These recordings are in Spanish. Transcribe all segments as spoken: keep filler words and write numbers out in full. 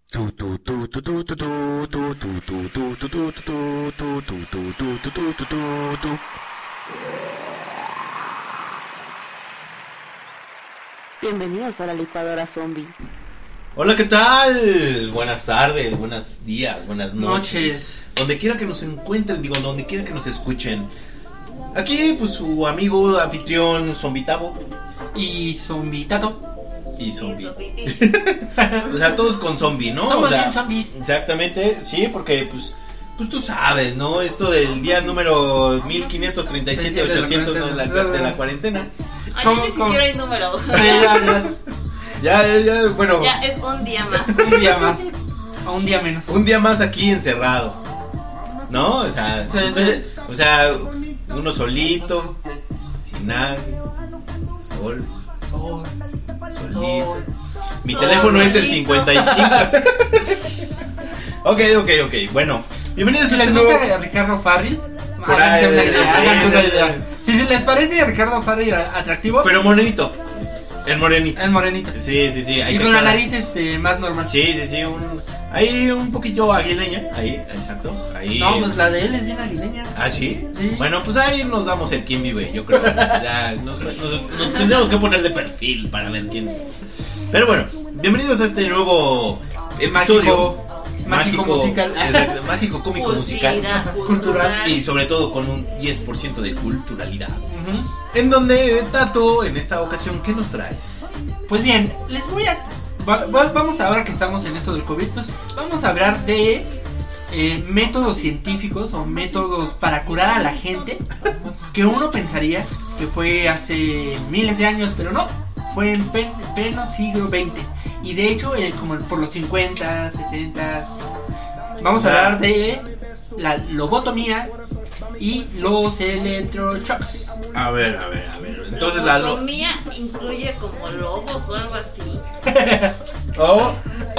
Bienvenidos a la licuadora zombie. Hola, ¿qué tal? Buenas tardes, buenos días, buenas noches. Noches. Donde quiera que nos encuentren, digo, donde quiera que nos escuchen. Aquí, pues, su amigo, anfitrión, Zombitavo. Y Zombitato. Y zombie. O sea, todos con zombie, ¿no? Somos o sea, bien zombies. Exactamente, sí, porque, pues, pues tú sabes, ¿no? Esto del día número mil quinientos treinta y siete, ochocientos de la, de la cuarentena. Ay, ¿Cómo, ni cómo? siquiera hay número. Sí, ya, ya. Ya, ya, ya, bueno. Ya es un día más. Un día más. O un día menos. Un día más aquí encerrado, ¿no? O sea, Sí, usted, o sea, uno solito, sin nadie, sol, Oh, solito. oh. Mi Solito. teléfono es el cincuenta y cinco. Ok, ok, ok, bueno, bienvenidos Si a les este gusta nuevo... Ricardo Farril, Por háganse ahí, una sí, idea, háganse sí, una sí. idea. Si se les parece Ricardo Farril atractivo, Pero morenito, el morenito. el morenito. Sí, sí, sí. hay Y que con la aclarar. nariz este más normal. Sí, sí, sí, un... Ahí un poquito aguileña, ahí, exacto, ahí... No, pues la de él es bien aguileña. ¿Ah, sí? Sí. Bueno, pues ahí nos damos el quién vive, yo creo. Ya nos, nos, nos tendremos que poner de perfil para ver quién es. Pero bueno, bienvenidos a este nuevo episodio. Mágico, mágico musical. Exacto, mágico cómico musical. Cultura, Cultural. Y sobre todo con un diez por ciento de culturalidad. Ujú. En donde, Tato, en esta ocasión, ¿qué nos traes? Pues bien, les voy a... va- va- Vamos ahora que estamos en esto del COVID, pues vamos a hablar de eh, métodos científicos o métodos para curar a la gente que uno pensaría que fue hace miles de años, pero no, fue en pen- pleno siglo veinte. Y de hecho, eh, como por los cincuenta, sesenta, vamos a hablar de la lobotomía y los electroshocks. A ver, a ver, a ver. Entonces la... La lo- lobotomía incluye como lobos o algo así. O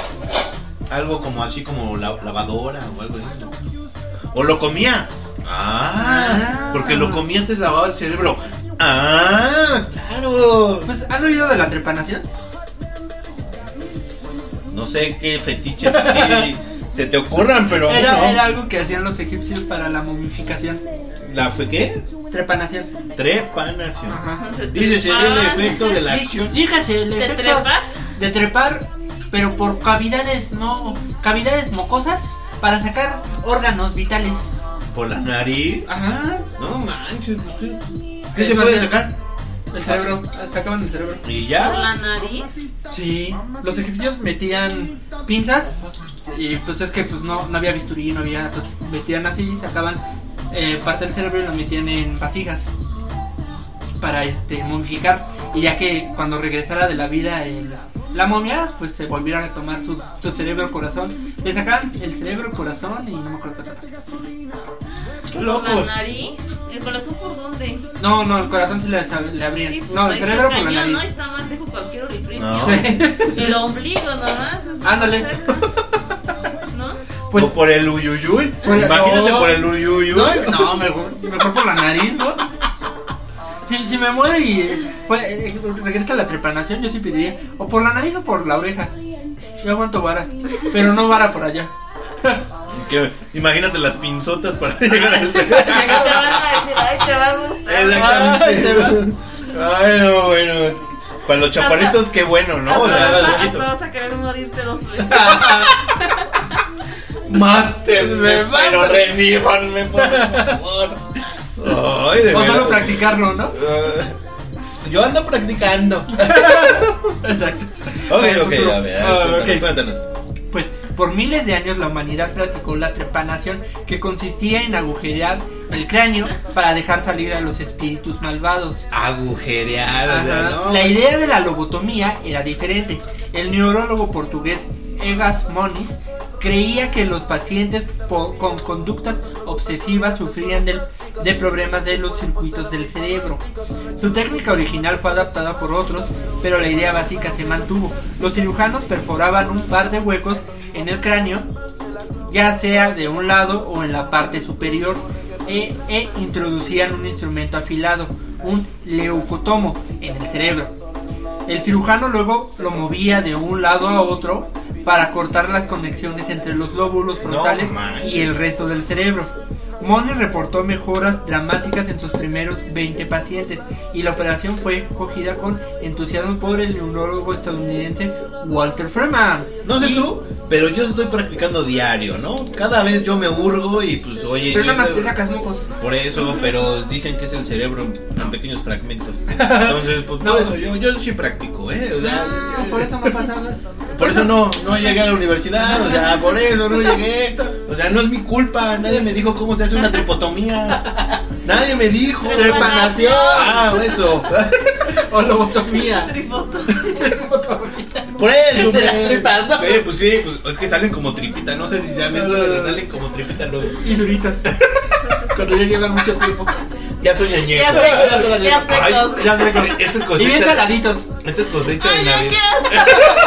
algo como así como la, lavadora o algo así. O lo comía. Ah, Ah. porque lo comía antes lavaba el cerebro. Ah, claro. Pues, ¿han oído de la trepanación? No sé qué fetiches a ti se te ocurran, pero Era, no. era algo que hacían los egipcios para la momificación. ¿La fe qué? Trepanación. Trepanación. Ajá. Dice, sería el efecto de la Dí- acción. Dígase, el ¿De efecto trepar? de trepar, pero por cavidades, no, cavidades mocosas para sacar órganos vitales. Por la nariz. Ajá. No manches, pues, ¿qué, ¿qué Eso se puede es- sacar? El cerebro, sacaban el cerebro. Y Por ya. la nariz. Sí, los egipcios metían pinzas y pues es que pues no, no había bisturí, no había, pues metían así, sacaban eh, parte del cerebro y lo metían en vasijas para este momificar, y ya que cuando regresara de la vida el- la momia, pues se volviera a tomar su, su cerebro, corazón, le sacaban el cerebro, corazón y no me acuerdo qué otra parte. Qué Por la locos. nariz. ¿El corazón por dónde? No, no, el corazón sí le, le abrían. Sí, pues No, el ahí cerebro está por la cañón, nariz. ¿no? Está más lejos cualquier orifricio. No. Sí. Y el ombligo nomás. es Ándale. más cerca, ¿no? Pues, o por el uyuyuy. Pues, Imagínate no. por el uyuyuy. No, no, mejor, mejor por la nariz, ¿no? Si, si me muero y eh, fue, eh, regresa la trepanación, yo sí pediría o por la nariz o por la oreja. Yo aguanto vara, pero no vara por allá. Que, imagínate las pinzotas para llegar al Te van a decir, ay, te va a gustar. Exactamente. Ay, no, bueno. Para los chaparritos, qué bueno, ¿no? O Hasta sea, vas a- poquito. hasta vas a querer morirte dos veces. Mátenme, Me pero matan. revívanme, por favor. Ay, de O verdad. solo practicarlo, ¿no? Ah, yo ando practicando. Exacto. Ok, Para el ok, futuro. a ver, Ah, cuéntanos, ok. cuéntanos. Pues por miles de años la humanidad practicó la trepanación, que consistía en agujerear el cráneo para dejar salir a los espíritus malvados. Agujerear, o sea, Ajá. ¿no? La idea de la lobotomía era diferente. El neurólogo portugués Egas Moniz creía que los pacientes po- con conductas obsesivas sufrían del- de problemas de los circuitos del cerebro. Su técnica original fue adaptada por otros, pero la idea básica se mantuvo. Los cirujanos perforaban un par de huecos en el cráneo, ya sea de un lado o en la parte superior, e, e introducían un instrumento afilado, un leucotomo, en el cerebro. El cirujano luego lo movía de un lado a otro para cortar las conexiones entre los lóbulos frontales No, y el resto del cerebro. Moniz reportó mejoras dramáticas en sus primeros veinte pacientes y la operación fue acogida con entusiasmo por el neurólogo estadounidense Walter Freeman. No sé Y- tú, pero yo estoy practicando diario, ¿no? Cada vez yo me hurgo y pues oye... Pero yo nada más estoy- te sacas mocos. Por eso, pero dicen que es el cerebro en, en pequeños fragmentos. Entonces, pues No. por eso yo, yo sí practico, ¿eh? O sea, Ah, por eso no pasabas. por eso no, no llegué a la universidad, o sea, por eso no llegué. O sea, no es mi culpa, nadie me dijo cómo se hace una tripotomía. Nadie me dijo. Trepanación. Ah, eso. O lobotomía. Trifoto. Por eso, Te las güey. tripas, ¿no? Eh, pues sí, pues es que salen como tripita, no sé si ya me salen como tripita luego. Y duritas. Cuando ya llevan mucho tiempo. Ya soy ñañejo. Ya sé, ya sé. Ay, cosas. Ya sé, esta es Y bien cosecha. saladitos. Esta es cosecha de Ay, ya, Navidad.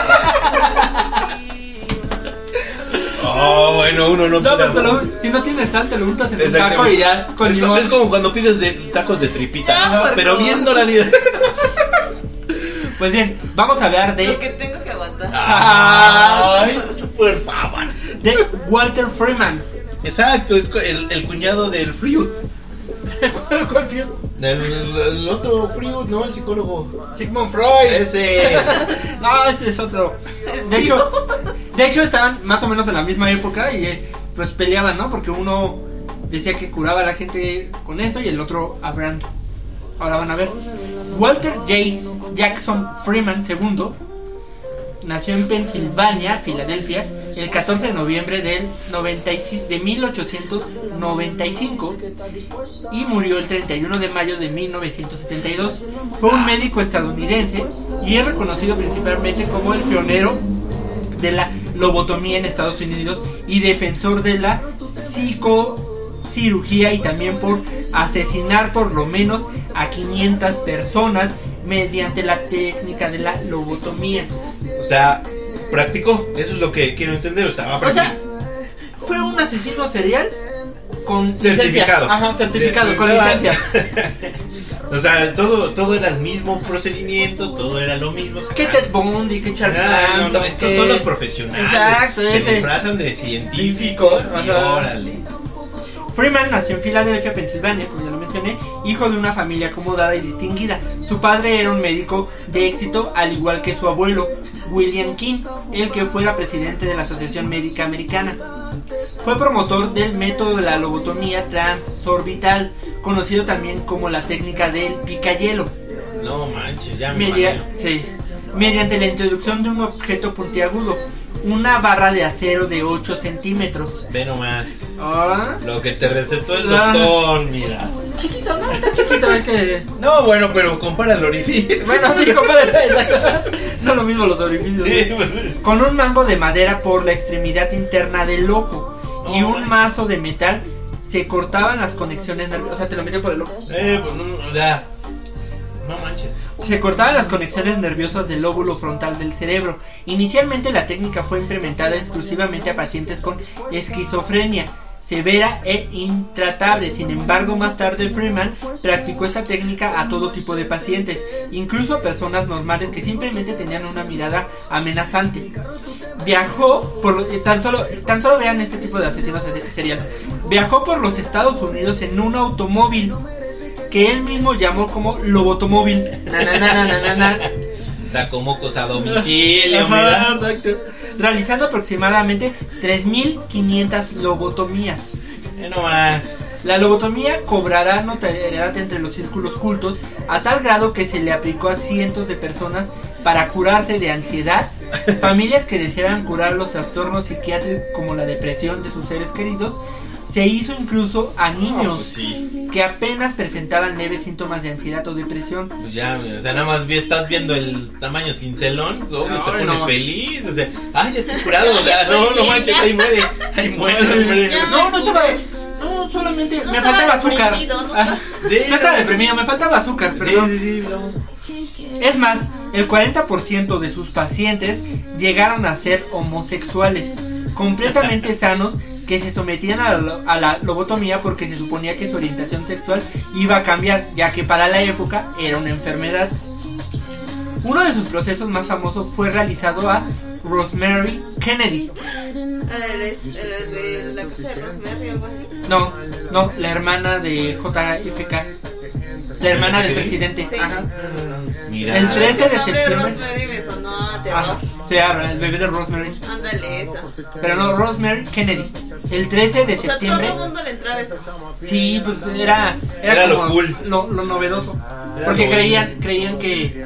Oh, bueno, uno no No, pide pero te amor. lo, si no tienes sal, te lo untas en un Exactamente. taco y ya con es, co- limón. es como cuando pides de tacos de tripita, Ya, por pero favor. viendo la vida. Pues bien, vamos a hablar Lo de, que tengo que aguantar. Ay, por favor. de Walter Freeman. Exacto, es co- el, el cuñado del Freud. ¿Cuál fue? Del el otro Freud, ¿no? El psicólogo. Sigmund Freud. Ese. No, este es otro. De hecho, de hecho estaban más o menos en la misma época y eh, pues peleaban, ¿no? Porque uno decía que curaba a la gente con esto y el otro hablando. Ahora van a ver. Walter J. Jackson Freeman segundo nació en Pensilvania, Filadelfia, el catorce de noviembre del noventa y cinco de mil ochocientos noventa y cinco y murió el treinta y uno de mayo de mil novecientos setenta y dos. Fue un médico estadounidense y es reconocido principalmente como el pionero de la lobotomía en Estados Unidos y defensor de la psicocirugía, y también por asesinar por lo menos a quinientas personas mediante la técnica de la lobotomía. O sea, practicó. Eso es lo que quiero entender. Estaba O sea, practicando. fue un asesino serial con Certificado. licencia. Ajá, certificado, De- con de- licencia. O sea, todo, todo era el mismo procedimiento, todo era lo mismo. Que Ted Bundy, que Charles Ah, no, Manson, no, estos que- son los profesionales. Exacto, Se ese. disfrazan de científicos y Ajá. órale. Freeman nació en Filadelfia, Pensilvania, como ya lo mencioné, hijo de una familia acomodada y distinguida. Su padre era un médico de éxito, al igual que su abuelo, William King, el que fuera presidente de la Asociación Médica Americana. Fue promotor del método de la lobotomía transorbital, conocido también como la técnica del picayelo. No manches, ya me Media- imagino. sí, mediante la introducción de un objeto puntiagudo, una barra de acero de ocho centímetros. Ve nomás. Ah, Lo que te recetó el Ah. doctor, mira. chiquito, no, está chiquito, hay que... No, bueno, pero compara el orificio. Bueno, sí, compadre, exacto. No lo mismo los orificios. Sí, ¿no? pues. Con un mango de madera por la extremidad interna del ojo y No, un manches. mazo de metal, se cortaban las conexiones nerviosas. O sea, te lo metían por el ojo. Eh, pues no, o sea. No manches. Se cortaban las conexiones nerviosas del lóbulo frontal del cerebro. Inicialmente la técnica fue implementada exclusivamente a pacientes con esquizofrenia severa e intratable. Sin embargo, más tarde Freeman practicó esta técnica a todo tipo de pacientes, incluso a personas normales que simplemente tenían una mirada amenazante. Viajó por eh, tan solo tan solo vean este tipo de asesinos se- seriales. Viajó por los Estados Unidos en un automóvil que él mismo llamó como lobotomóvil. Na, na, na, na, na, na, na. Sacó mocos a domicilio, Ajá, mira. exacto. Realizando aproximadamente tres mil quinientas lobotomías. Eh, nomás. La lobotomía cobrará notoriedad entre los círculos cultos a tal grado que se le aplicó a cientos de personas para curarse de ansiedad, familias que deseaban curar los trastornos psiquiátricos como la depresión de sus seres queridos. Se hizo incluso a No, niños pues sí. que apenas presentaban leves síntomas de ansiedad o depresión. Pues ya, o sea, nada más vi- estás viendo el tamaño cincelón, obvio, No, te pones no. feliz, o sea, ay, ya estoy curado, o sea, no, no manches, ahí muere, ahí muere, hombre. Ya. No, no estaba. No, solamente No me estaba faltaba azúcar. deprimido, ¿no? Ajá. Sí, No estaba no. deprimido, me faltaba azúcar, Sí, perdón. sí, sí, no. Es más, el cuarenta por ciento de sus pacientes llegaron a ser homosexuales, completamente sanos, que se sometían a la, a la lobotomía porque se suponía que su orientación sexual iba a cambiar, ya que para la época era una enfermedad. Uno de sus procesos más famosos fue realizado a Rosemary Kennedy. ¿Eres de la casa de Rosemary o algo así? No, no, la hermana de J F K. La hermana del presidente. Sí. Ajá. Mira. El trece de El nombre de septiembre. Rosemary me sonó a terror. Ajá, se llama el bebé de Rosemary. Ándale, esa. Pero no, Rosemary Kennedy. El trece de O sea, septiembre. todo el mundo le entraba eso. Sí, pues era, era, Era lo como cool. Lo, lo novedoso. Era Porque lo creían, bonito. creían que.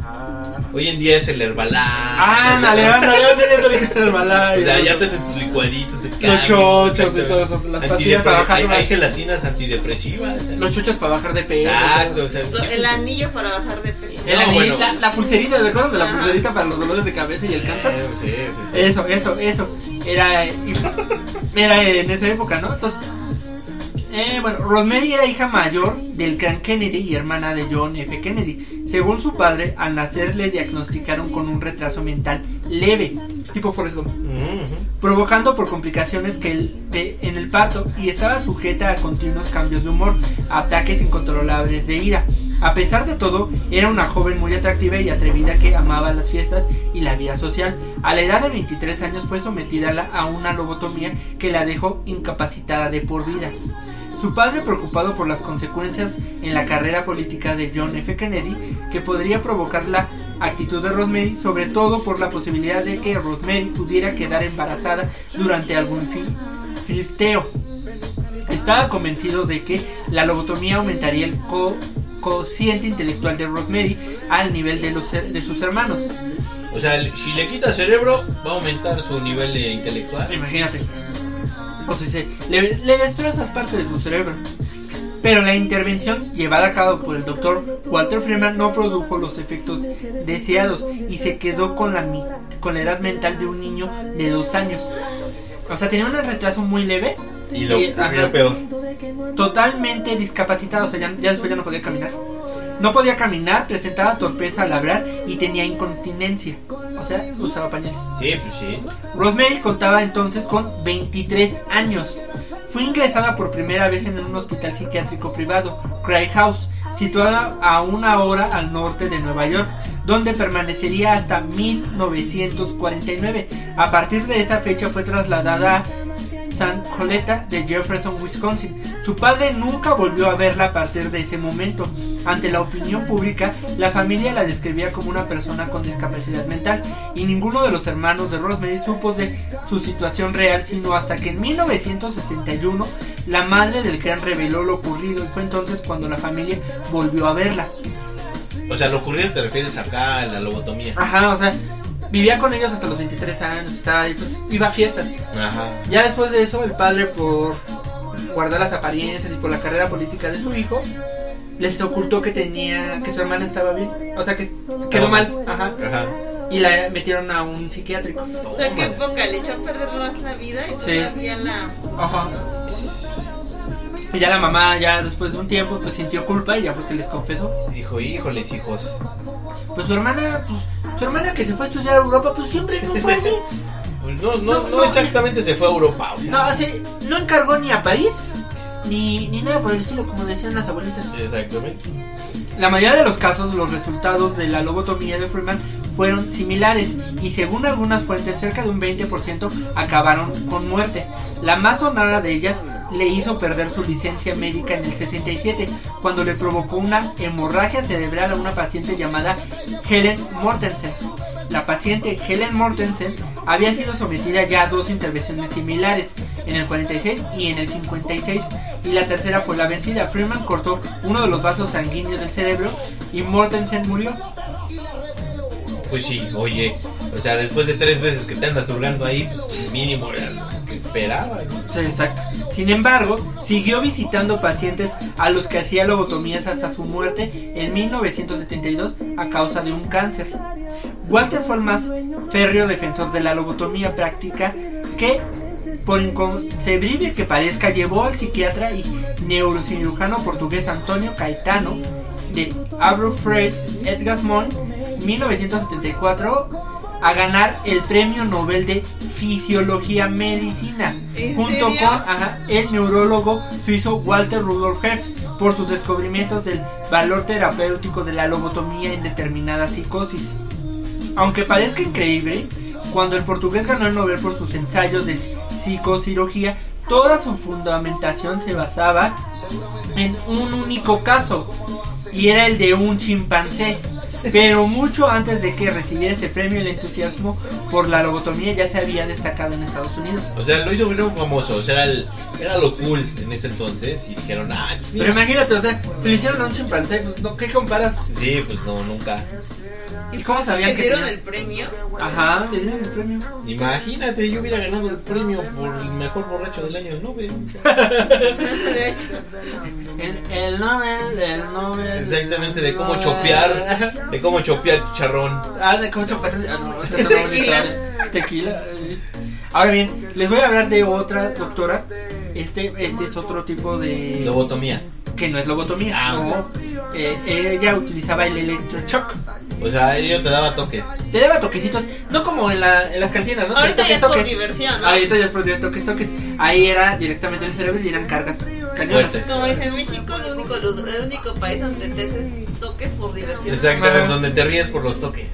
Hoy en día es el Herbalife. Ándale, ándale, ándale, el Herbalife. O sea, ya te haces tus licuaditos. Los chochos y todo eso, las pastillas para bajar. Hay, hay la- gelatinas antidepresivas. Los chuchos para bajar de peso. Exacto, o sea, Lo- sí. El anillo para bajar de peso. El No, anillo, bueno. la, la pulserita, ¿te acuerdas de la Ajá. pulserita para los dolores de cabeza y el cáncer? Eh, Sí, sí, sí. Eso, eso, eso. Era, era en esa época, ¿no? Entonces, eh, bueno, Rosemary era hija mayor del clan Kennedy y hermana de John F. Kennedy. Según su padre, al nacer le diagnosticaron con un retraso mental leve, tipo Forrest Gump, Ujú. provocando por complicaciones que el- de- en el parto, y estaba sujeta a continuos cambios de humor, ataques incontrolables de ira. A pesar de todo, era una joven muy atractiva y atrevida que amaba las fiestas y la vida social. A la edad de veintitrés años fue sometida a, la- a una lobotomía que la dejó incapacitada de por vida. Su padre, preocupado por las consecuencias en la carrera política de John F. Kennedy que podría provocar la actitud de Rosemary, sobre todo por la posibilidad de que Rosemary pudiera quedar embarazada durante algún fin- flirteo. Estaba convencido de que la lobotomía aumentaría el co- cociente intelectual de Rosemary al nivel de, los, her- de sus hermanos. O sea, si le quita cerebro, va a aumentar su nivel de intelectual. Imagínate. O sea, se, le, le destrozas parte de su cerebro. Pero la intervención llevada a cabo por el doctor Walter Freeman no produjo los efectos deseados y se quedó con la, mi- con la edad mental de un niño de dos años. O sea, tenía un retraso muy leve. Y lo Y- terminó ajá. peor. Totalmente discapacitado, o sea, ya, ya después ya no podía caminar. No podía caminar, presentaba torpeza al hablar y tenía incontinencia. O sea, usaba pañales. Sí, pues sí. Rosemary contaba entonces con veintitrés años. Fue ingresada por primera vez en un hospital psiquiátrico privado, Cray House, situada a una hora al norte de Nueva York, donde permanecería hasta mil novecientos cuarenta y nueve. A partir de esa fecha fue trasladada a San Coleta de Jefferson, Wisconsin. Su padre nunca volvió a verla a partir de ese momento. Ante la opinión pública, la familia la describía como una persona con discapacidad mental y ninguno de los hermanos de Rosemary supo de su situación real sino hasta que en mil novecientos sesenta y uno la madre del clan reveló lo ocurrido y fue entonces cuando la familia volvió a verla. O sea, lo ocurrido te refieres acá a la lobotomía. Ajá, o sea, vivía con ellos hasta los veintitrés años, estaba ahí, pues iba a fiestas. Ajá. Ya después de eso, el padre, por guardar las apariencias y por la carrera política de su hijo, les ocultó que tenía, que su hermana estaba bien, o sea que quedó mal, ajá, Ajá. y la metieron a un psiquiátrico. O sea, qué poca, le echó a perder más la vida y Sí. todavía la... Ajá. Y ya la mamá, ya después de un tiempo, pues sintió culpa y ya fue que les confesó. Dijo, híjoles, hijos. Pues su hermana, pues su hermana que se fue a estudiar a Europa, pues siempre no fue así. Pues no, no, No, no, no. exactamente se fue a Europa. O sea. No, así, no encargó ni a París, ni, ni nada por el estilo, como decían las abuelitas. Exactamente. La mayoría de los casos, los resultados de la lobotomía de Freeman fueron similares y según algunas fuentes cerca de un veinte por ciento acabaron con muerte. La más sonada de ellas le hizo perder su licencia médica en el sesenta y siete cuando le provocó una hemorragia cerebral a una paciente llamada Helen Mortensen. La paciente Helen Mortensen había sido sometida ya a dos intervenciones similares, en el cuarenta y seis y en el cincuenta y seis, y la tercera fue la vencida. Freeman cortó uno de los vasos sanguíneos del cerebro y Mortensen murió. Pues sí, oye. O sea, después de tres veces que te andas hurgando ahí, pues mínimo era lo que esperaba, ¿no? Sí, exacto. Sin embargo, siguió visitando pacientes a los que hacía lobotomías hasta su muerte en mil novecientos setenta y dos a causa de un cáncer. Walter fue el más férreo defensor de la lobotomía práctica que, por inconcebible que parezca, llevó al psiquiatra y neurocirujano portugués Antonio Caetano de Aberystwyth Edgasmont mil novecientos setenta y cuatro a ganar el premio Nobel de Fisiología Medicina ¿En junto serio? con ajá, el neurólogo suizo Walter Rudolf Hertz por sus descubrimientos del valor terapéutico de la lobotomía en determinadas psicosis. Aunque parezca increíble, cuando el portugués ganó el Nobel por sus ensayos de psicocirugía, toda su fundamentación se basaba en un único caso, y era el de un chimpancé. Pero mucho antes de que recibiera este premio, el entusiasmo por la lobotomía ya se había destacado en Estados Unidos. O sea, lo hizo muy famoso, o sea, era, el, era lo cool en ese entonces, y dijeron, ah, pues pero imagínate, o sea, si lo hicieron a un chimpancé, pues no, ¿qué comparas? Sí, pues no, nunca. ¿Y cómo sabían ¿Le que dieron tenía? el premio? Ajá, le dieron el premio. Imagínate, yo hubiera ganado el premio por el mejor borracho del año Nobel. De hecho. El, el Nobel, el Nobel. Exactamente, de cómo chopear, de cómo chopear chicharrón. Ah, de cómo chopear. Ah, no, esta es una buena historia. Tequila. eh. Ahora bien, les voy a hablar de otra doctora. Este, este es otro tipo de. Lobotomía. Que no es lobotomía. Ah, no. Eh, ella utilizaba el electroshock. O sea, ella te daba toques. Te daba toquecitos, no como en, la, en las cantinas, ¿no? Ahorita Toques, ya es por toques. diversión, ¿no? Ahorita ya es por diversión, toques, toques. Ahí era directamente el cerebro y eran cargas cañonas. Fuertes. Como dice, en México el único, el único país donde te haces toques por diversión. Exactamente, Ajá. donde te ríes por los toques.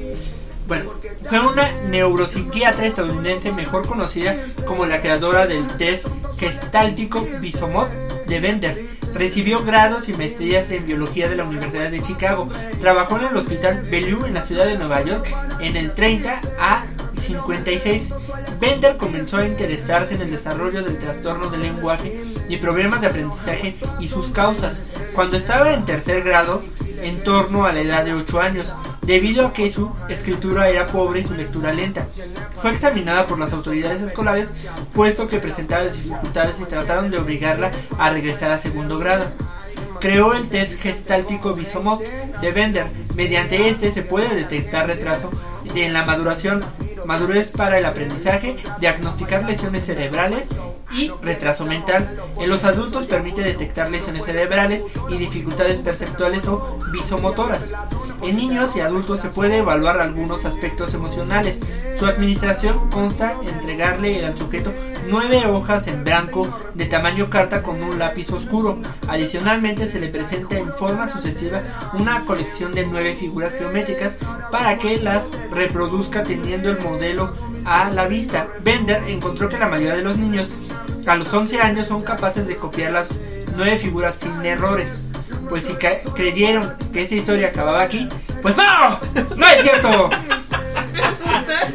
Bueno, fue una neuropsiquiatra estadounidense mejor conocida como la creadora del test gestáltico Bisomod de Bender. Recibió grados y maestrías en biología de la Universidad de Chicago. Trabajó en el Hospital Bellevue en la ciudad de Nueva York en el treinta a cincuenta y seis. Bender comenzó a interesarse en el desarrollo del trastorno del lenguaje y problemas de aprendizaje y sus causas cuando estaba en tercer grado, en torno a la edad de ocho años, debido a que su escritura era pobre y su lectura lenta. Fue examinada por las autoridades escolares, puesto que presentaba dificultades y trataron de obligarla a regresar a segundo grado. Creó el test gestáltico Bisomod de Bender. Mediante este se puede detectar retraso en la maduración, madurez para el aprendizaje, diagnosticar lesiones cerebrales y retraso mental. En los adultos permite detectar lesiones cerebrales y dificultades perceptuales o visomotoras. En niños y adultos se puede evaluar algunos aspectos emocionales. Su administración consta en entregarle al sujeto nueve hojas en blanco de tamaño carta con un lápiz oscuro. Adicionalmente se le presenta en forma sucesiva una colección de nueve figuras geométricas para que las reproduzca teniendo el modelo a la vista. Bender encontró que la mayoría de los niños a los once años son capaces de copiar las nueve figuras sin errores. Pues si creyeron que esta historia acababa aquí, pues no, no es cierto. Me asustas.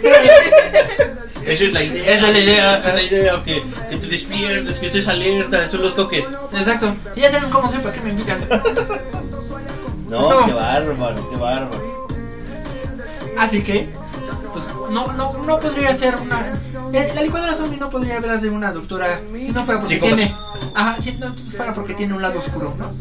Esa es la idea, esa es la idea, esa es la idea, que, que te despiertes, que estés alerta, son los toques. Exacto, y ya saben cómo soy, ¿para qué me invitan? No, No. qué bárbaro, qué bárbaro. Así que, pues no, no, no podría ser una... eh, La licuadora zombie no podría haber sido una doctora si no fuera porque Sí, como- tiene... Ajá, si no fuera porque tiene un lado oscuro, ¿no?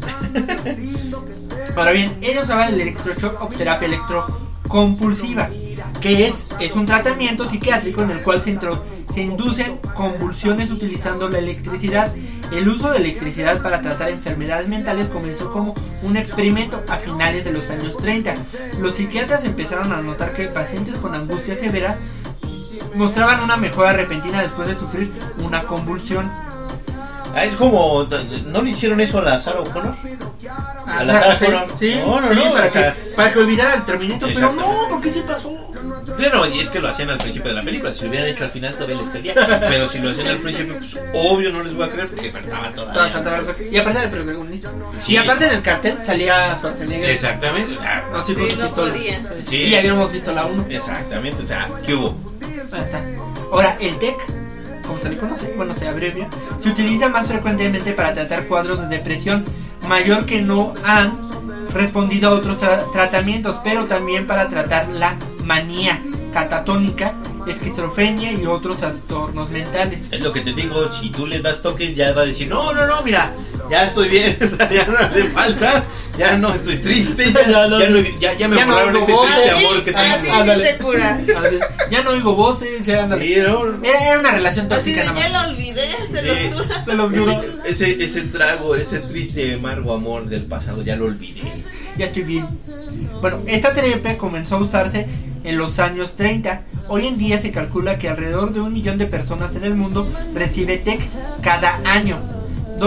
Ahora bien, ella usaba el electroshock o terapia electrocompulsiva, que es, es un tratamiento psiquiátrico en el cual se, intro, se inducen convulsiones utilizando la electricidad. El uso de electricidad para tratar enfermedades mentales comenzó como un experimento a finales de los años treinta. Los psiquiatras empezaron a notar que pacientes con angustia severa mostraban una mejora repentina después de sufrir una convulsión. Ah, es como, ¿no le hicieron eso a la Sarah O'Connor? Ah, la Sarah sí, Connor. sí, No, no, sí, no, para, o sea- que, para que olvidara el Terminator, pero Exacto. no, porque sí pasó. Claro, y es que lo hacían al principio de la película. Si lo hubieran hecho al final todavía les creía. Pero si lo hacían al principio, pues obvio no les voy a creer porque faltaba Toda- todavía. toda- Y aparte del protagonista. Sí. Y aparte en el cartel salía Schwarzenegger. Exactamente, o sea, Así con Sí, su no pistola. podía. Sí. Y ya habíamos visto la uno. exactamente, o sea, ¿qué hubo? Ahí está. Ahora, el T E C, como se le conoce, bueno, se abrevia, se utiliza más frecuentemente para tratar cuadros de depresión mayor que no han respondido a otros tra- tratamientos, pero también para tratar la manía catatónica, esquizofrenia y otros trastornos mentales. Es lo que te digo, si tú le das toques ya va a decir, no, no, no, mira, ya estoy bien, o sea, ya no hace falta, ya no estoy triste, ya, Ya no- ya, no- ya, ya me ya no borraron oigo ese voces. triste Así, amor que tengo. así sí Ándale. te curas. Ya no oigo voces, ya ándale. Sí, ¿no? Era, era una relación Así de, tóxica nada ya más. lo olvidé, se Sí. los juro. Se los juro. Ese, ese, ese trago, ese triste, amargo amor del pasado, ya lo olvidé. Ya estoy bien. Bueno, esta terapia comenzó a usarse en los años treinta. Hoy en día se calcula que alrededor de un millón de personas en el mundo recibe T E C cada año. Dos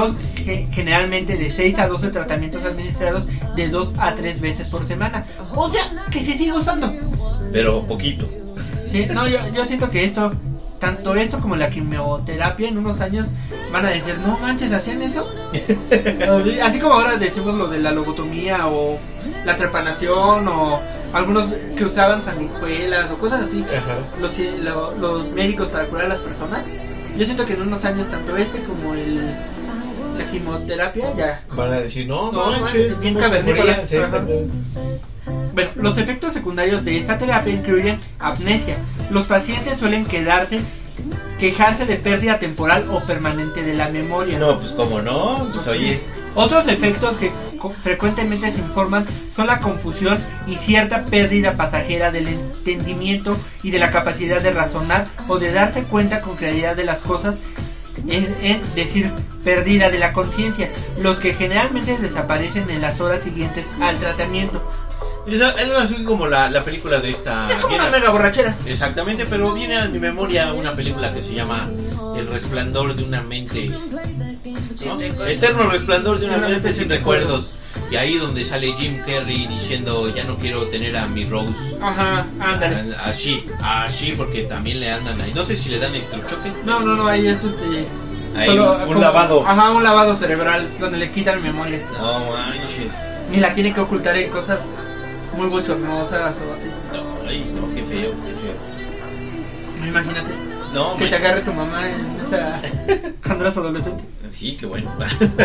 ge- generalmente de seis a doce tratamientos administrados de dos a tres veces por semana. O sea, que se sigue usando. Pero poquito. Sí, no, yo, yo siento que esto, tanto esto como la quimioterapia en unos años van a decir, no manches, ¿hacían eso? Así, así como ahora decimos lo de la lobotomía o la trepanación o algunos que usaban sanguijuelas o cosas así, Ajá. los, lo- los médicos para curar a las personas. Yo siento que en unos años tanto este como el la quimioterapia ya. Van a decir, no, No, no manches. bien ¿cómo se cavernícolas. morían? Sí, Ajá. exactamente. Bueno, los efectos secundarios de esta terapia incluyen apnesia. Los pacientes suelen quedarse, quejarse de pérdida temporal o permanente de la memoria. No, pues cómo no, pues oye. Otros efectos que co- frecuentemente se informan son la confusión y cierta pérdida pasajera del entendimiento y de la capacidad de razonar o de darse cuenta con claridad de las cosas, es, es decir, pérdida de la conciencia, los que generalmente desaparecen en las horas siguientes al tratamiento. Esa es así como la, la película de esta. Es como viene- una mega borrachera. Exactamente, pero viene a mi memoria una película que se llama El resplandor de una mente. ¿no? Eterno resplandor de una mente sin recuerdos. Y ahí donde sale Jim Carrey diciendo, ya no quiero tener a mi Rose. Ajá, ándale. Así, así, porque también le andan ahí. No sé si le dan electrochoques. No, no, no, ahí es este. Ahí, solo un como- lavado. Ajá, un lavado cerebral donde le quitan memoria. No manches. Y la tiene que ocultar en cosas muy bochornosas o así. No, ay, no, qué feo, qué feo. Imagínate No, que te manches. agarre tu mamá en esa. cuando eras adolescente. Sí, qué bueno.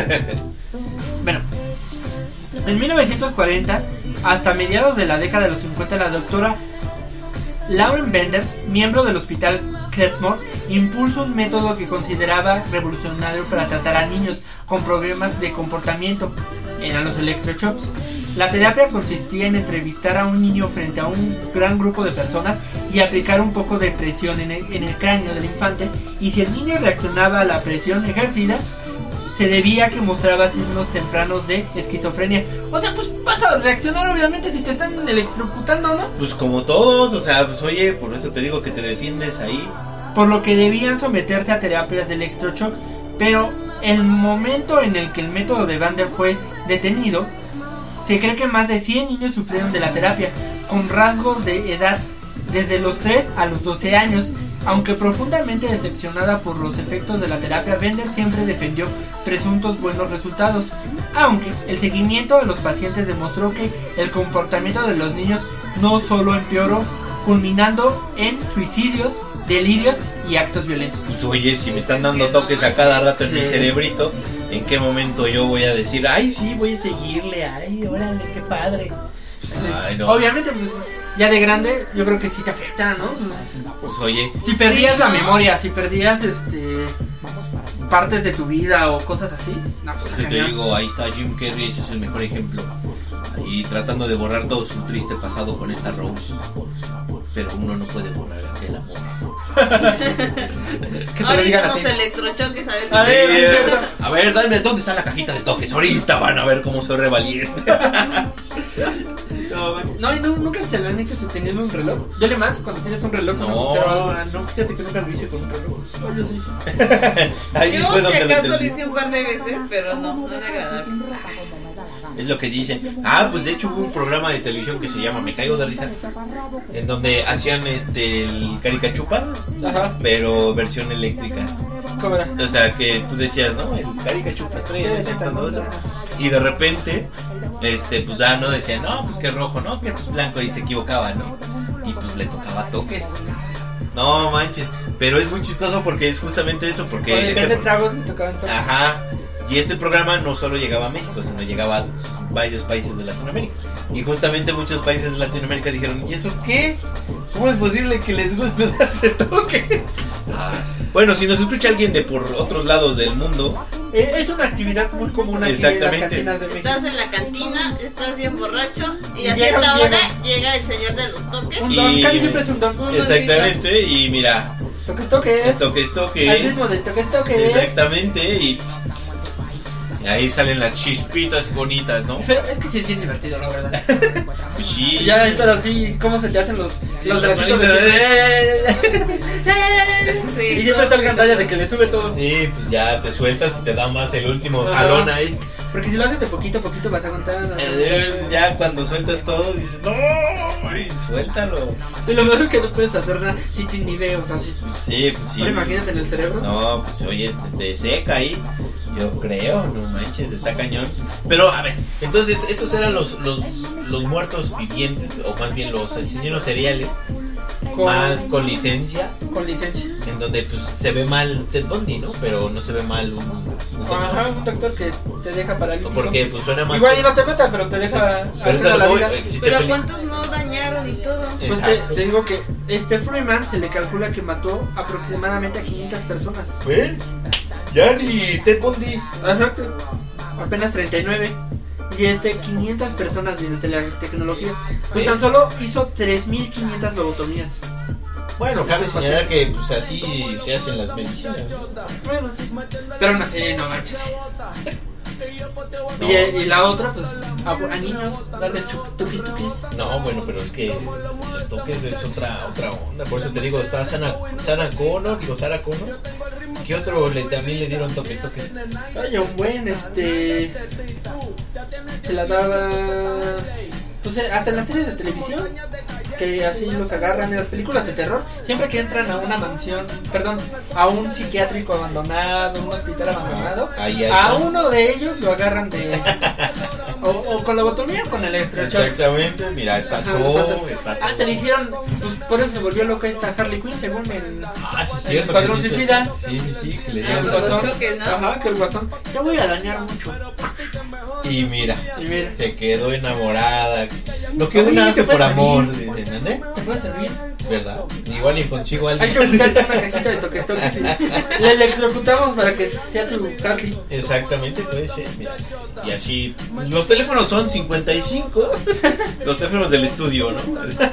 Bueno, en mil novecientos cuarenta, hasta mediados de la década de los cincuenta, la doctora Lauren Bender, miembro del hospital Cretmore, impulsó un método que consideraba revolucionario para tratar a niños con problemas de comportamiento. Eran los electroshocks. La terapia consistía en entrevistar a un niño frente a un gran grupo de personas y aplicar un poco de presión en el, en el cráneo del infante, y si el niño reaccionaba a la presión ejercida, se debía a que mostraba signos tempranos de esquizofrenia. O sea, pues vas a reaccionar obviamente si te están electrocutando, ¿no? Pues como todos, o sea, pues oye, por eso te digo que te defiendes ahí. Por lo que debían someterse a terapias de electroshock, pero el momento en el que el método de Vander fue detenido, se cree que más de cien niños sufrieron de la terapia, con rasgos de edad desde los tres a los doce años. Aunque profundamente decepcionada por los efectos de la terapia, Bender siempre defendió presuntos buenos resultados, aunque el seguimiento de los pacientes demostró que el comportamiento de los niños no solo empeoró, culminando en suicidios, delirios y actos violentos. Pues oye, si me están dando toques a cada rato en mi cerebrito, ¿en qué momento yo voy a decir, ay, sí, voy a seguirle, ay, órale, qué padre? Sí. Ay, no. Obviamente, pues ya de grande, yo creo que sí te afecta, ¿no? Pues, Pues oye, si perdías Sí, la ¿no? memoria, si perdías este partes de tu vida o cosas así, no, pues pues está que te cañón. digo, ahí está Jim Carrey, ese es el mejor ejemplo. Ahí tratando de borrar todo su triste pasado con esta Rose. Pero uno no puede borrar aquel amor. Que te lo digan a Ahorita ti. unos electrochoques a ver si A ver, Sí, es eh, cierto. a ver, dame, ¿dónde está la cajita de toques? Ahorita van a ver cómo soy revaliente. No, man. no, y no, nunca se lo han hecho si tenías un reloj. Yo le más cuando tienes un reloj. No, no, no, fíjate que nunca lo hice con un reloj. no, yo sí. Ahí Yo fue si donde lo acaso lo entendí. hice un par de veces, pero no, no era agradable. Es lo que dicen. Ah, pues de hecho hubo un programa de televisión que se llama Me Caigo de Risa, en donde hacían este el caricachupas, Ajá, pero versión eléctrica. ¿cómo era? O sea, que tú decías, ¿no? El caricachupas, tres, todo eso. Y de repente, este, pues ya no decían, no, pues que es rojo, no, que es blanco, y se equivocaba, ¿no? Y pues le tocaba toques. No manches, pero es muy chistoso porque es justamente eso, porque... Cuando en vez este de tragos me tocaban toques. Ajá. Y este programa no solo llegaba a México, sino llegaba a varios países de Latinoamérica. Y justamente muchos países de Latinoamérica dijeron, ¿y eso qué? ¿Cómo es posible que les guste darse toque? Ah, bueno, si nos escucha alguien de por otros lados del mundo, Eh, Es una actividad muy común aquí en las Exactamente. cantinas de México. Estás en la cantina, estás bien borracho y Y a llega- cierta llega- hora llega el señor de los toques. Un don, Y- casi siempre es un don. Un exactamente, y mira, Toques, toques. toques, Al toques, ritmo de toques, toques. exactamente, y y ahí salen las chispitas bonitas, ¿no? Pero es que sí es bien divertido, la verdad. Pues sí. Ya estar así, ¿cómo se te hacen los, Sí, los las bracitos de manitas, ¡Eh! Sí. Y siempre está el gandalla de que le sube todo. Sí, pues ya te sueltas y te da más el último Ajá. jalón ahí. Porque si lo haces de poquito a poquito vas a aguantar. Eh, Ya cuando sueltas todo dices, no, y suéltalo. Y lo mejor es que no puedes hacer nada si te inhibe, o sea, si... Sí, pues sí. Ahora imagínate en el cerebro. No, pues oye, te, te seca ahí. Yo creo, no manches, está cañón. Pero a ver, entonces esos eran los, los, los muertos vivientes, o más bien los asesinos seriales, Con- más con licencia, Con licencia. en donde pues se ve mal Ted Bundy, ¿no? Pero no se ve mal un, un Ajá, un doctor que te deja paralítico. porque pues suena más. Igual y no te mata, pero te deja Pero ajeno eso a la lo voy, vida. existe Pero peli- ¿cuántos no dañaron y todo? Pues te, Exacto. te digo que este Freeman se le calcula que mató aproximadamente a quinientas personas. ¿Ven? Ya ni Ted Bundy. Exacto. Apenas treinta y nueve. Y este quinientas personas desde la tecnología. Pues tan solo hizo tres mil quinientas lobotomías. Bueno, cabe señalar que pues así se hacen las medicinas. Bueno, sí. Pero no sé, no manches. No. Y, y la otra, pues, a, a niños, darle chu- tuquis tuquis. No, bueno, pero es que los toques es otra otra onda. Por eso te digo, está Sana, Sana Connor, digo Sarah Connor. ¿Qué otro le, también le dieron toques, toques? Oye, un buen, este. Se la daba. Pues eh, hasta en las series de televisión, que así los agarran, en las películas de terror, siempre que entran a una mansión, perdón, a un psiquiátrico abandonado, un hospital abandonado, Ahí hay a son. uno de ellos lo agarran de. O, o con lobotomía o con electroshock. Exactamente, mira, está Ajá, So, los otros. está. Hasta le hicieron, pues por eso se volvió loca esta Harley Quinn, según el. Ah, sí, el cierto. Escuadrón que sí, Suicida. Sí, sí, sí, que le El dieron Ah, guasón, los choques, ¿no? ajá, que el guasón, te voy a dañar mucho. Y mira, Y mira. se quedó enamorada. Lo que Oye, una ¿te hace por puede amor, servir? dicen, ¿ande? ¿Te puede servir? ¿Verdad? Igual y consigo a Hay alguien. que buscarte una cajita de toques toques. ¿Sí? Le electrocutamos para que sea tu Harley. Exactamente, puede ser, mira. Y así, los teléfonos son cincuenta y cinco, los teléfonos del estudio, ¿no?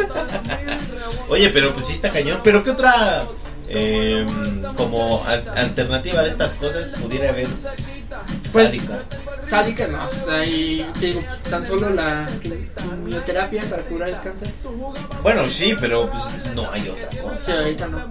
Oye, pero pues sí está cañón. Pero ¿qué otra eh, como al- alternativa de estas cosas pudiera haber? Pues, Sádica. sádica no, pues ahí te digo, tan solo la quimioterapia para curar el cáncer. Bueno, sí, pero pues no hay otra O cosa. sea, ahorita no.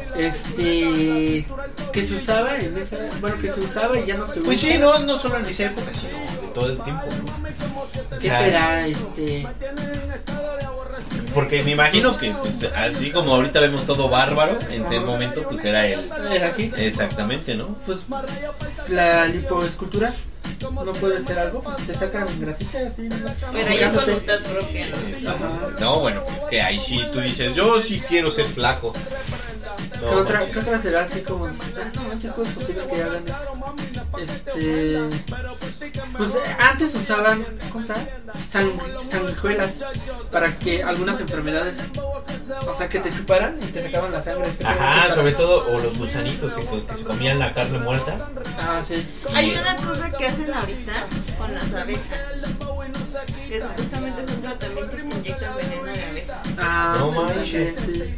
Este. Que se usaba en esa. Bueno, que se usaba y ya no se usa. Pues sí, no, no solo en esa época, sino de todo el tiempo, ¿no? O ¿Qué sea, será? Este. Porque me imagino que pues, así como ahorita vemos todo bárbaro, en ese momento pues era el... Era aquí. Exactamente, ¿no? Pues la lipoescultura. No puede ser algo, pues te sacan grasita así. ¿no? Pero ya con Digamos, voluntad propia, ¿no? Ajá. No, bueno, pues que ahí sí tú dices, yo sí quiero ser flaco. No, ¿Qué otra, manches. ¿Qué otra será así como? Ah, no manches, ¿cómo es posible que hagan esto? Este. Pues eh, antes usaban, ¿cómo se llama? Sang- sanguijuelas para que algunas enfermedades, o sea, que te chuparan y te sacaban la sangre. especialmente Ajá, para- sobre todo, o los gusanitos que, que se comían la carne muerta. Ah, sí. Hay una cosa que hacen ahorita con las abejas, que supuestamente es un tratamiento que inyectan veneno de abejas. Ah, No sí, manches. también, sí.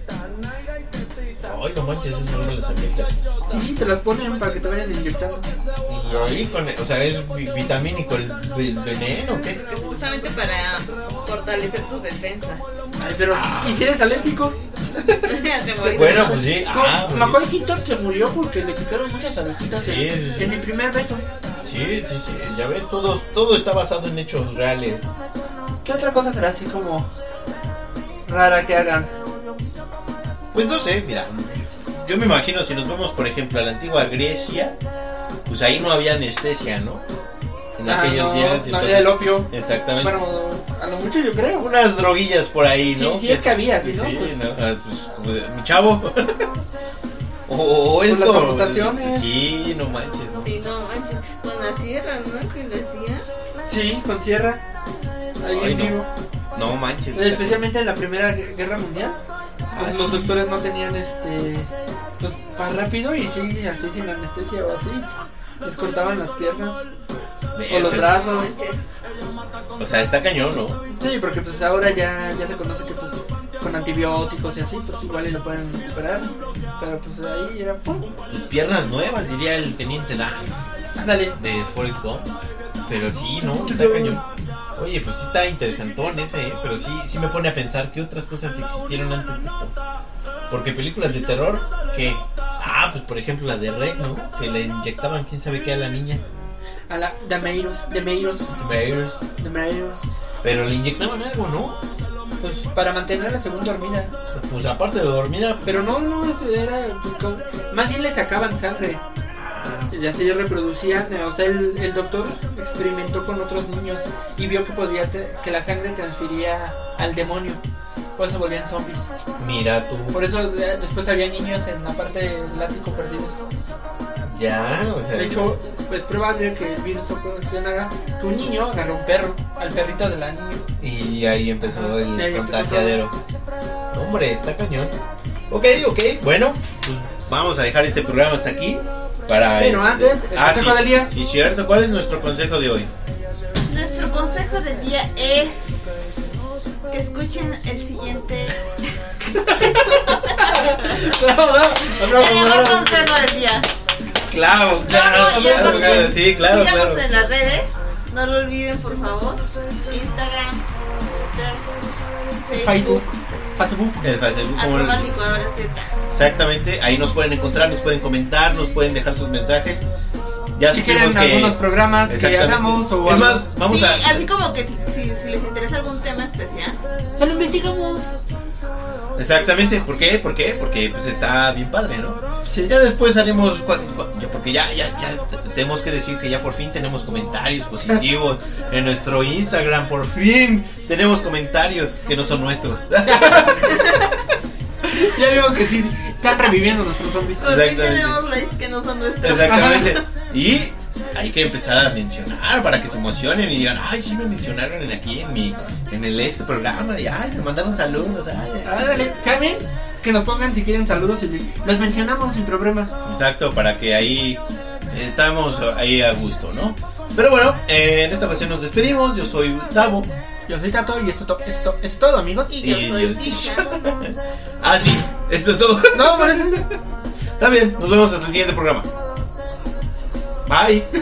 Ay, no manches, eso no me lo sabía. Sí, te las ponen para que te vayan inyectando. Y ahí con, o sea, es vi- vitamínico el, el veneno, ¿qué? Que supuestamente para fortalecer tus defensas. Ay, pero, ¿y si eres alérgico? Te moriste. Bueno, pues sí, ah, pues sí. Macaulay Culkin se murió porque le picaron muchas abejitas Sí, en, sí, sí. en mi primer beso. Sí, sí, sí, ya ves, todo, todo está basado en hechos reales. ¿Qué otra cosa será así como rara que hagan? Pues no sé, mira, yo me imagino si nos vamos, por ejemplo, a la antigua Grecia, pues ahí no había anestesia, ¿no? En Ah, aquellos no, días. no entonces- había el opio. Exactamente. Bueno, a lo mucho yo creo. Unas droguillas por ahí, ¿no? Sí, sí es que había, sí, ¿no? Sí, Pues- ¿no? Ah, pues, pues, mi chavo. o, o Pues esto. las computaciones. Sí, no manches. Sí, no manches, con la sierra, ¿no? Que lo hacía. Sí, con sierra. Ahí Ay, en no. vivo. No manches. Especialmente en la Primera Guerra Mundial. Pues Ah, los sí. doctores no tenían este. Pues para rápido y sí, así sin anestesia o así. Les cortaban las piernas o los Vete. brazos. Manches. O sea, está cañón, ¿no? Sí, porque pues ahora ya, ya se conoce que pues con antibióticos y así, pues igual y lo pueden recuperar. Pero pues ahí era ¡pum! Pues piernas nuevas, diría el teniente Dan Ándale. de Forrest Gump. Pero sí, ¿no? Está cañón. Oye, pues sí está interesantón ese, ¿eh? Pero sí, sí me pone a pensar qué otras cosas existieron antes de esto. Porque películas de terror, ¿qué? Ah, Ah, pues por ejemplo la de Rey, ¿no? Que le inyectaban quién sabe qué a la niña. A la Dameiros, Dameiros, Dameiros. Dameiros. Pero le inyectaban algo, ¿no? Pues para mantenerla según dormida. Pues aparte de dormida. Pero no, no, eso era. Pues, con- más bien le sacaban sangre. Y así reproducían. O sea, el, el doctor experimentó con otros niños y vio que podía te- que la sangre transfería al demonio. Por eso volvían zombies. Mira tú. Por eso eh, después había niños en la parte del ático perdidos. Ya, o sea. De hecho, es probable que el virus ocasionara que un niño agarró un perro, al perrito de la niña. Y ahí empezó el Y ahí empezó contagiadero. Hombre, está cañón. Ok, ok. Bueno, pues vamos a dejar este programa hasta aquí. Para Pero este- antes, el ah, consejo sí, del día. Sí, cierto. ¿Cuál es nuestro consejo de hoy? Nuestro consejo del día es que escuchen el siguiente. El mejor consejo del día. Claro, claro, No, no, ya claro, son- claro, sí, claro, Síganos claro. en las redes, no lo olviden por favor. Instagram, Twitter, Facebook, Facebook, Facebook. Es fácil, como arroba el- licuadora Z. exactamente, ahí nos pueden encontrar, nos pueden comentar, nos pueden dejar sus mensajes. Ya Si supimos quieren que algunos programas que exactamente. hagamos o es algo, más, vamos Sí, a así como que si, si, si les interesa algún tema especial, se lo investigamos. exactamente, ¿por qué? ¿Por qué? Porque pues está bien padre, ¿no? Sí. Ya después haremos cua- cua- ya, porque ya ya ya este, tenemos que decir que ya por fin tenemos comentarios positivos en nuestro Instagram, por fin tenemos comentarios que no son nuestros. Ya vimos que sí, están reviviendo nuestros zombies. por fin Exactamente. tenemos lives que no son nuestros. Exactamente. Y hay que empezar a mencionar para que se emocionen y digan, ay, sí me mencionaron en aquí en mi en el este programa y ay, me mandaron saludos. Ay, ay". Ándale, ¿saben? Que nos pongan si quieren saludos y los mencionamos sin problemas. Exacto, para que ahí eh, estamos ahí a gusto, ¿no? Pero bueno, eh, en esta ocasión nos despedimos. Yo soy Davo. Yo soy Tato y esto, esto, esto es todo, amigos. Y yo Y soy yo- Tisha. Ah, sí, esto es todo. No, parece. Está bien, nos vemos hasta el siguiente programa. Bye.